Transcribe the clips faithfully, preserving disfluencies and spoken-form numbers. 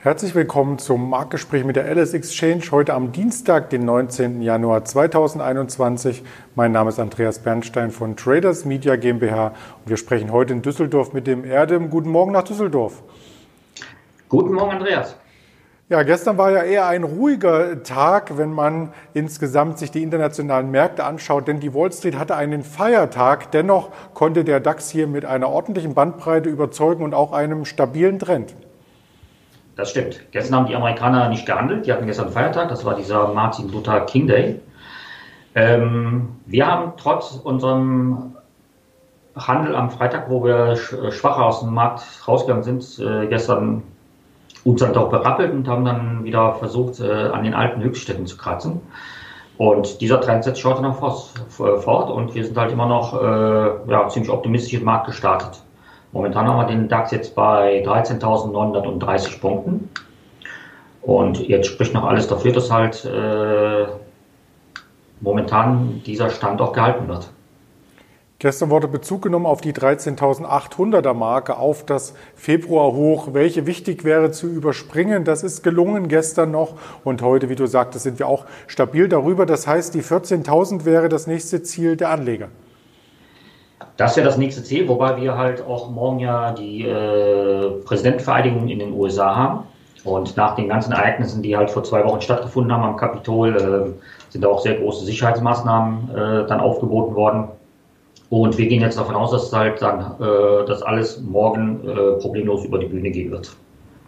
Herzlich willkommen zum Marktgespräch mit der L S Exchange heute am Dienstag, den neunzehnten Januar zweitausendeinundzwanzig. Mein Name ist Andreas Bernstein von Traders Media GmbH und wir sprechen heute in Düsseldorf mit dem Erdem. Guten Morgen nach Düsseldorf. Guten Morgen, Andreas. Ja, gestern war ja eher ein ruhiger Tag, wenn man insgesamt sich die internationalen Märkte anschaut, denn die Wall Street hatte einen Feiertag. Dennoch konnte der DAX hier mit einer ordentlichen Bandbreite überzeugen und auch einem stabilen Trend. Das stimmt. Gestern haben die Amerikaner nicht gehandelt. Die hatten gestern Feiertag. Das war dieser Martin Luther King Day. Ähm, wir haben trotz unserem Handel am Freitag, wo wir schwacher aus dem Markt rausgegangen sind, äh, gestern uns dann doch berappelt und haben dann wieder versucht, äh, an den alten Höchststätten zu kratzen. Und dieser Trend setzt sich heute noch fort und wir sind halt immer noch äh, ja, ziemlich optimistisch im Markt gestartet. Momentan haben wir den DAX jetzt bei dreizehntausendneunhundertdreißig Punkten. Und jetzt spricht noch alles dafür, dass halt äh, momentan dieser Stand auch gehalten wird. Gestern wurde Bezug genommen auf die dreizehntausendachthunderter Marke, auf das Februarhoch, welche wichtig wäre zu überspringen. Das ist gelungen gestern noch und heute, wie du sagtest, sind wir auch stabil darüber. Das heißt, die vierzehntausend wäre das nächste Ziel der Anleger. Das wäre das nächste Ziel, wobei wir halt auch morgen ja die äh, Präsidentenvereidigung in den U S A haben. Und nach den ganzen Ereignissen, die halt vor zwei Wochen stattgefunden haben am Kapitol, äh, sind da auch sehr große Sicherheitsmaßnahmen äh, dann aufgeboten worden. Und wir gehen jetzt davon aus, dass halt dann äh, das alles morgen äh, problemlos über die Bühne gehen wird.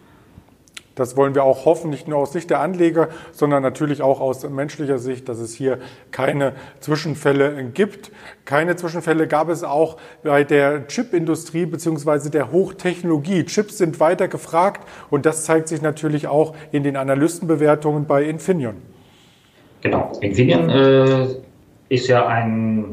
Das wollen wir auch hoffen, nicht nur aus Sicht der Anleger, sondern natürlich auch aus menschlicher Sicht, dass es hier keine Zwischenfälle gibt. Keine Zwischenfälle gab es auch bei der Chipindustrie bzw. der Hochtechnologie. Chips sind weiter gefragt und das zeigt sich natürlich auch in den Analystenbewertungen bei Infineon. Genau, Infineon äh, ist ja ein,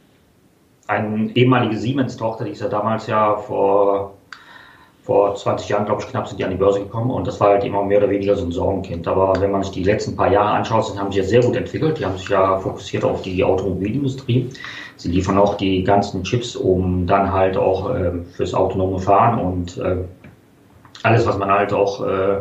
ein ehemalige Siemens-Tochter, die ist ja damals ja vor... Vor zwanzig Jahren, glaube ich, knapp sind die an die Börse gekommen und das war halt immer mehr oder weniger so ein Sorgenkind. Aber wenn man sich die letzten paar Jahre anschaut, dann haben sie ja sehr gut entwickelt. Die haben sich ja fokussiert auf die Automobilindustrie. Sie liefern auch die ganzen Chips, um dann halt auch äh, fürs autonome Fahren und äh, alles, was man halt auch äh,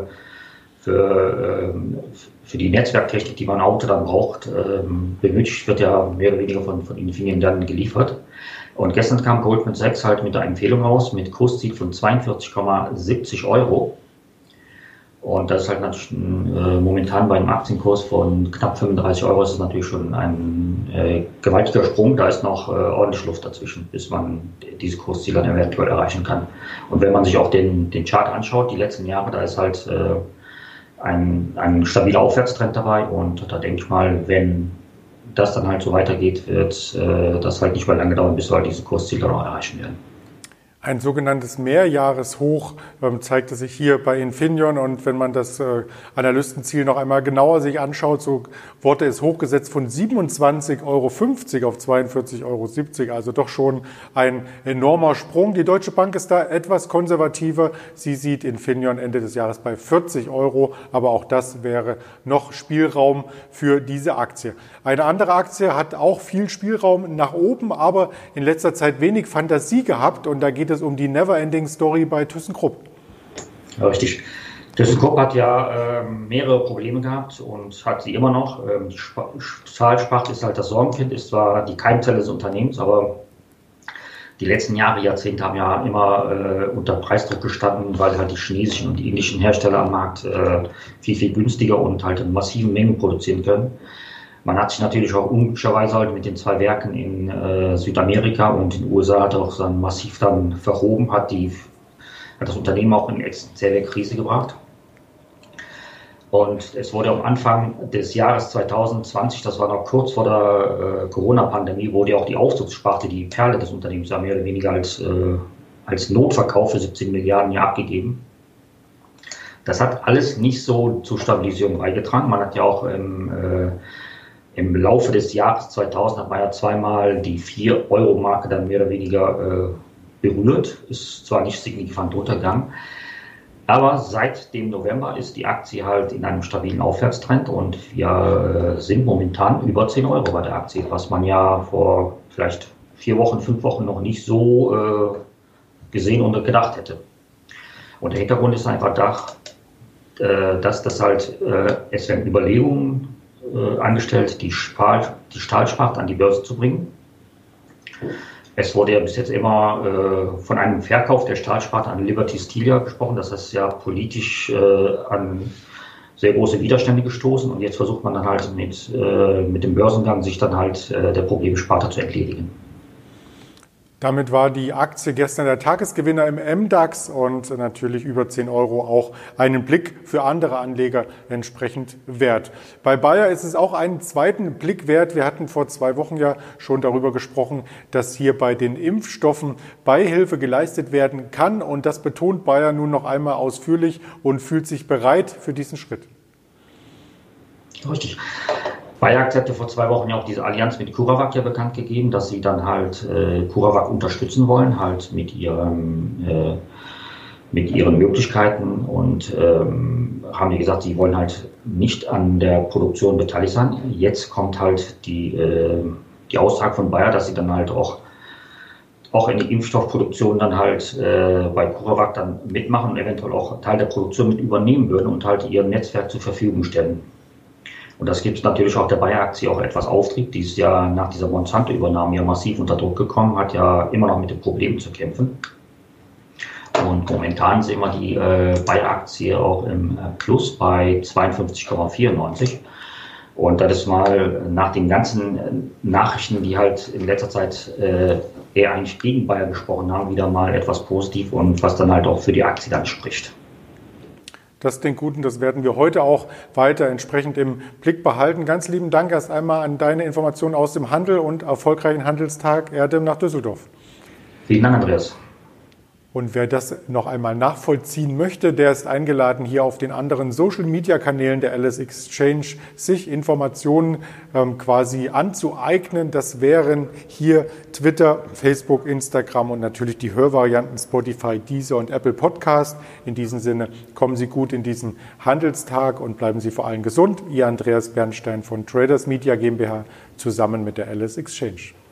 für, äh, für die Netzwerktechnik, die man im Auto dann braucht, äh, benötigt, wird ja mehr oder weniger von, von Infineon dann geliefert. Und gestern kam Goldman Sachs halt mit einer Empfehlung raus, mit Kursziel von zweiundvierzig Komma siebzig Euro. Und das ist halt natürlich ein, äh, momentan bei einem Aktienkurs von knapp fünfunddreißig Euro ist es natürlich schon ein äh, gewaltiger Sprung. Da ist noch äh, ordentlich Luft dazwischen, bis man diese Kursziel dann eventuell erreichen kann. Und wenn man sich auch den, den Chart anschaut, die letzten Jahre, da ist halt äh, ein, ein stabiler Aufwärtstrend dabei. Und da denke ich mal, wenn das dann halt so weitergeht, wird äh, das halt nicht mehr lange dauern, bis wir halt diese Kursziele noch erreichen werden. Ein sogenanntes Mehrjahreshoch ähm, zeigte sich hier bei Infineon und wenn man das äh, Analystenziel noch einmal genauer sich anschaut, so wurde es hochgesetzt von siebenundzwanzig Euro fünfzig auf zweiundvierzig Euro siebzig, also doch schon ein enormer Sprung. Die Deutsche Bank ist da etwas konservativer. Sie sieht Infineon Ende des Jahres bei vierzig Euro, aber auch das wäre noch Spielraum für diese Aktie. Eine andere Aktie hat auch viel Spielraum nach oben, aber in letzter Zeit wenig Fantasie gehabt und da geht es um die Neverending Story bei ThyssenKrupp. Ja, richtig. ThyssenKrupp hat ja äh, mehrere Probleme gehabt und hat sie immer noch. Ähm, die Stahlsparte ist halt das Sorgenkind, ist zwar die Keimzelle des Unternehmens, aber die letzten Jahre, Jahrzehnte haben ja immer äh, unter Preisdruck gestanden, weil halt die chinesischen und die indischen Hersteller am Markt äh, viel, viel günstiger und halt in massiven Mengen produzieren können. Man hat sich natürlich auch unglücklicherweise halt mit den zwei Werken in äh, Südamerika und in den U S A hat auch dann massiv dann verhoben, hat, die, hat das Unternehmen auch in existenzielle Krise gebracht. Und es wurde am Anfang des Jahres zweitausendzwanzig, das war noch kurz vor der äh, Corona-Pandemie, wurde auch die Aufzugssparte, die Perle des Unternehmens, ja mehr oder weniger als, äh, als Notverkauf für siebzehn Milliarden ja abgegeben. Das hat alles nicht so zur Stabilisierung beigetragen. Man hat ja auch im äh, Im Laufe des Jahres zweitausend hat man ja zweimal die vier Euro Marke dann mehr oder weniger äh, berührt. Ist zwar nicht signifikant runtergegangen, aber seit dem November ist die Aktie halt in einem stabilen Aufwärtstrend und wir äh, sind momentan über zehn Euro bei der Aktie, was man ja vor vielleicht vier Wochen, fünf Wochen noch nicht so äh, gesehen und gedacht hätte. Und der Hintergrund ist einfach da, äh, dass das halt, äh, es werden Überlegungen äh, angestellt, die, Stahl, die Stahlsparte an die Börse zu bringen. Es wurde ja bis jetzt immer äh, von einem Verkauf der Stahlsparte an Liberty Steel ja gesprochen. Das ist ja politisch äh, an sehr große Widerstände gestoßen. Und jetzt versucht man dann halt mit, äh, mit dem Börsengang sich dann halt äh, der Problemsparte zu entledigen. Damit war die Aktie gestern der Tagesgewinner im M DAX und natürlich über zehn Euro auch einen Blick für andere Anleger entsprechend wert. Bei Bayer ist es auch einen zweiten Blick wert. Wir hatten vor zwei Wochen ja schon darüber gesprochen, dass hier bei den Impfstoffen Beihilfe geleistet werden kann. Und das betont Bayer nun noch einmal ausführlich und fühlt sich bereit für diesen Schritt. Richtig. Bayer hatte vor zwei Wochen ja auch diese Allianz mit CureVac ja bekannt gegeben, dass sie dann halt äh, CureVac unterstützen wollen, halt mit ihrem, äh, mit ihren Möglichkeiten und ähm, haben die gesagt, sie wollen halt nicht an der Produktion beteiligt sein. Jetzt kommt halt die, äh, die Aussage von Bayer, dass sie dann halt auch, auch in die Impfstoffproduktion dann halt äh, bei CureVac dann mitmachen und eventuell auch Teil der Produktion mit übernehmen würden und halt ihr Netzwerk zur Verfügung stellen. Und das gibt natürlich auch der Bayer-Aktie auch etwas Auftrieb. Die ist ja nach dieser Monsanto-Übernahme ja massiv unter Druck gekommen, hat ja immer noch mit den Problemen zu kämpfen. Und momentan sehen wir die äh, Bayer-Aktie auch im äh, Plus bei zweiundfünfzig Komma vierundneunzig. Und das ist mal nach den ganzen äh, Nachrichten, die halt in letzter Zeit äh, eher eigentlich gegen Bayer gesprochen haben, wieder mal etwas positiv und was dann halt auch für die Aktie dann spricht. Das klingt gut und das werden wir heute auch weiter entsprechend im Blick behalten. Ganz lieben Dank erst einmal an deine Informationen aus dem Handel und erfolgreichen Handelstag Erdem nach Düsseldorf. Vielen Dank, Andreas. Und wer das noch einmal nachvollziehen möchte, der ist eingeladen, hier auf den anderen Social-Media-Kanälen der L S Exchange sich Informationen ähm, quasi anzueignen. Das wären hier Twitter, Facebook, Instagram und natürlich die Hörvarianten Spotify, Deezer und Apple Podcast. In diesem Sinne kommen Sie gut in diesen Handelstag und bleiben Sie vor allem gesund. Ihr Andreas Bernstein von Traders Media GmbH zusammen mit der L S Exchange.